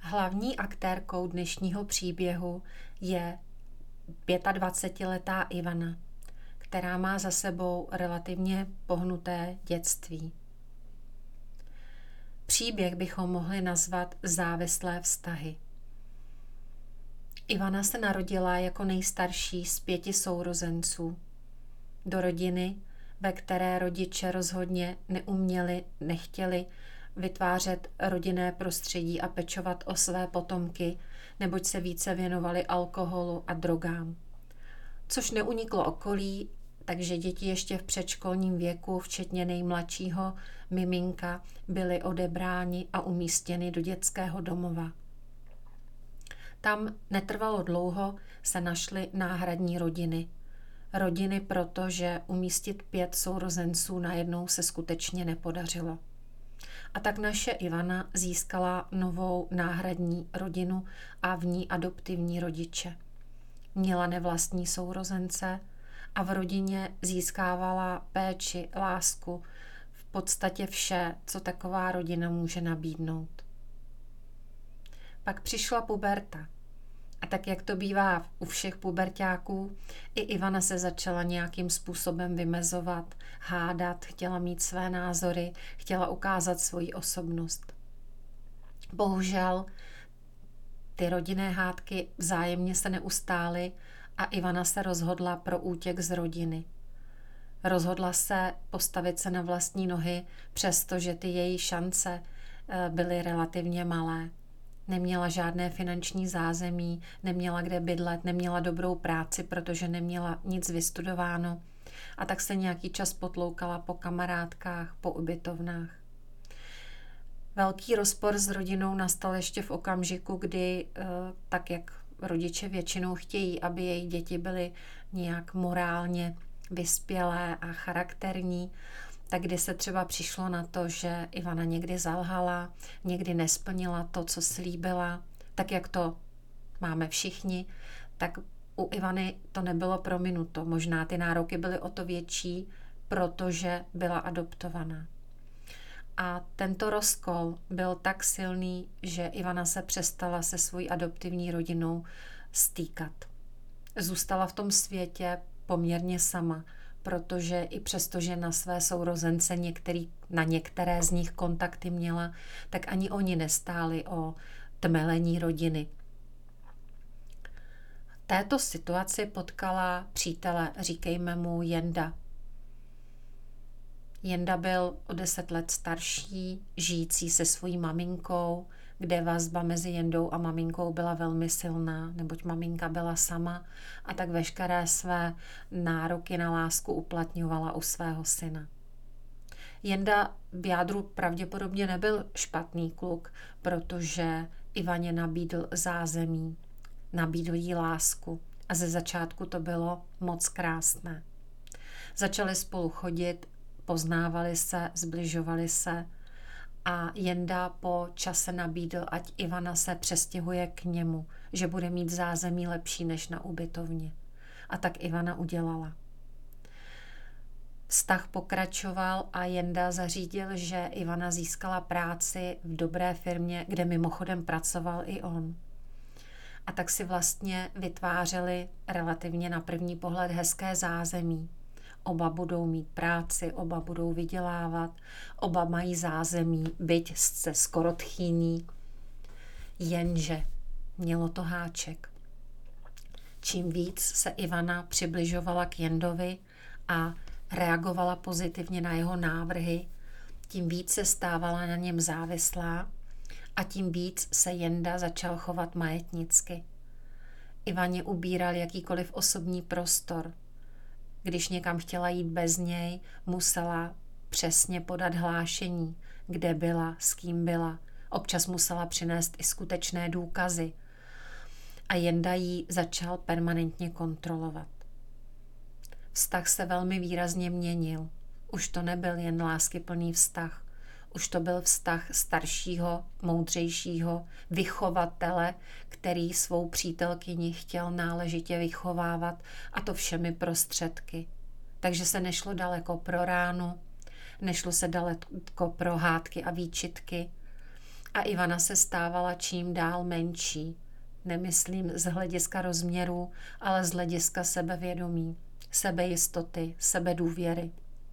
Hlavní aktérkou dnešního příběhu je 25letá Ivana, která má za sebou relativně pohnuté dětství. Příběh bychom mohli nazvat závislé vztahy. Ivana se narodila jako nejstarší z 5 sourozenců. Do rodiny, ve které rodiče rozhodně neuměli, nechtěli vytvářet rodinné prostředí a pečovat o své potomky, neboť se více věnovali alkoholu a drogám. Což neuniklo okolí, takže děti ještě v předškolním věku, včetně nejmladšího miminka, byly odebráni a umístěny do dětského domova. Tam netrvalo dlouho, se našly náhradní rodiny. Rodiny, protože umístit 5 sourozenců najednou se skutečně nepodařilo. A tak naše Ivana získala novou náhradní rodinu a v ní adoptivní rodiče. Měla nevlastní sourozence a v rodině získávala péči, lásku, v podstatě vše, co taková rodina může nabídnout. Pak přišla puberta. A tak, jak to bývá u všech puberťáků, i Ivana se začala nějakým způsobem vymezovat, hádat, chtěla mít své názory, chtěla ukázat svoji osobnost. Bohužel ty rodinné hádky vzájemně se neustály a Ivana se rozhodla pro útěk z rodiny. Rozhodla se postavit se na vlastní nohy, přestože ty její šance byly relativně malé. Neměla žádné finanční zázemí, neměla kde bydlet, neměla dobrou práci, protože neměla nic vystudováno. A tak se nějaký čas potloukala po kamarádkách, po ubytovnách. Velký rozpor s rodinou nastal ještě v okamžiku, kdy, tak jak rodiče většinou chtějí, aby jejich děti byly nějak morálně vyspělé a charakterní, tak kdy se třeba přišlo na to, že Ivana někdy zalhala, někdy nesplnila to, co slíbila, tak jak to máme všichni, tak u Ivany to nebylo prominuto. Možná ty nároky byly o to větší, protože byla adoptovaná. A tento rozkol byl tak silný, že Ivana se přestala se svojí adoptivní rodinou stýkat. Zůstala v tom světě poměrně sama, protože i přesto, že na své sourozence na některé z nich kontakty měla, tak ani oni nestáli o tmelení rodiny. V této situaci potkala přítele, říkejme mu Jenda. Jenda byl o 10 let starší, žijící se svojí maminkou, kde vazba mezi Jendou a maminkou byla velmi silná, neboť maminka byla sama a tak veškeré své nároky na lásku uplatňovala u svého syna. Jenda v jádru pravděpodobně nebyl špatný kluk, protože Ivaně nabídl zázemí, nabídl jí lásku a ze začátku to bylo moc krásné. Začali spolu chodit, poznávali se, zbližovali se a Jenda po čase nabídl, ať Ivana se přestěhuje k němu, že bude mít zázemí lepší než na ubytovně. A tak Ivana udělala. Vztah pokračoval a Jenda zařídil, že Ivana získala práci v dobré firmě, kde mimochodem pracoval i on. A tak si vlastně vytvářeli relativně na první pohled hezké zázemí. Oba budou mít práci, oba budou vydělávat, oba mají zázemí, byť se skoro tchýní. Jenže mělo to háček. Čím víc se Ivana přibližovala k Jendovi a reagovala pozitivně na jeho návrhy, tím víc se stávala na něm závislá a tím víc se Jenda začal chovat majetnicky. Ivaně ubíral jakýkoliv osobní prostor. Když někam chtěla jít bez něj, musela přesně podat hlášení, kde byla, s kým byla. Občas musela přinést i skutečné důkazy. A Jenda ji začal permanentně kontrolovat. Vztah se velmi výrazně měnil. Už to nebyl jen láskyplný vztah. Už to byl vztah staršího, moudřejšího vychovatele, který svou přítelkyni chtěl náležitě vychovávat, a to všemi prostředky. Takže se nešlo daleko pro ránu, nešlo se daleko pro hádky a výčitky. A Ivana se stávala čím dál menší. Nemyslím z hlediska rozměru, ale z hlediska sebevědomí, sebejistoty, sebedůvěry.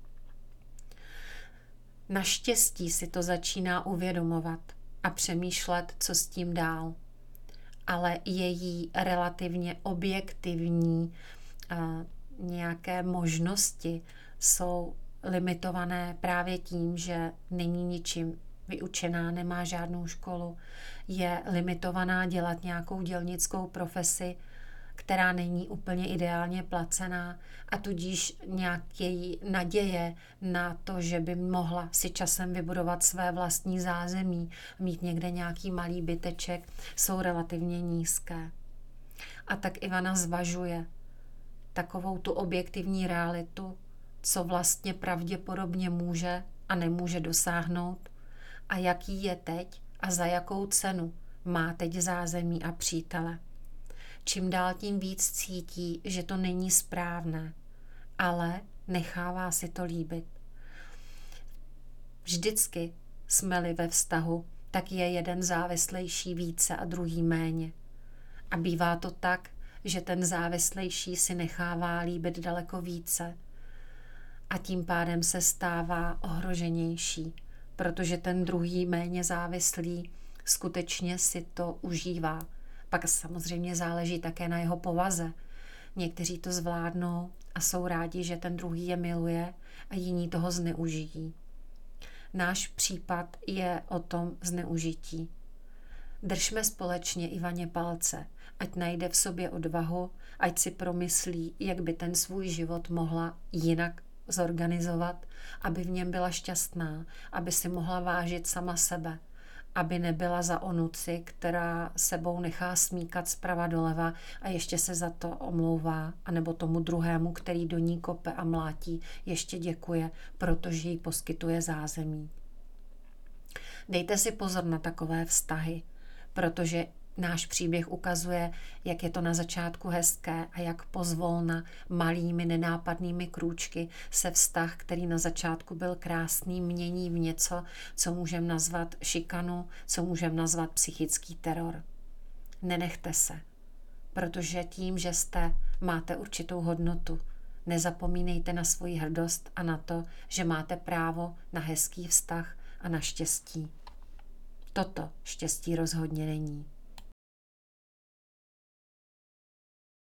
Naštěstí si to začíná uvědomovat a přemýšlet, co s tím dál. Ale její relativně objektivní nějaké možnosti jsou limitované právě tím, že není ničím vyučená, nemá žádnou školu, je limitovaná dělat nějakou dělnickou profesi, která není úplně ideálně placená a tudíž nějaké naděje na to, že by mohla si časem vybudovat své vlastní zázemí, mít někde nějaký malý byteček, jsou relativně nízké. A tak Ivana zvažuje takovou tu objektivní realitu, co vlastně pravděpodobně může a nemůže dosáhnout a jaký je teď a za jakou cenu má teď zázemí a přítele. Čím dál tím víc cítí, že to není správné, ale nechává si to líbit. Vždycky jsme-li ve vztahu, tak je jeden závislejší více a druhý méně. A bývá to tak, že ten závislejší si nechává líbit daleko více a tím pádem se stává ohroženější, protože ten druhý méně závislý skutečně si to užívá. Pak samozřejmě záleží také na jeho povaze. Někteří to zvládnou a jsou rádi, že ten druhý je miluje a jiní toho zneužijí. Náš případ je o tom zneužití. Držme společně Ivaně palce, ať najde v sobě odvahu, ať si promyslí, jak by ten svůj život mohla jinak zorganizovat, aby v něm byla šťastná, aby si mohla vážit sama sebe, aby nebyla za onuci, která sebou nechá smíkat zprava doleva a ještě se za to omlouvá, anebo tomu druhému, který do ní kope a mlátí, ještě děkuje, protože jí poskytuje zázemí. Dejte si pozor na takové vztahy, protože náš příběh ukazuje, jak je to na začátku hezké a jak pozvolna malými nenápadnými krůčky se vztah, který na začátku byl krásný, mění v něco, co můžeme nazvat šikanu, co můžeme nazvat psychický teror. Nenechte se, protože tím, že máte určitou hodnotu. Nezapomínejte na svoji hrdost a na to, že máte právo na hezký vztah a na štěstí. Toto štěstí rozhodně není.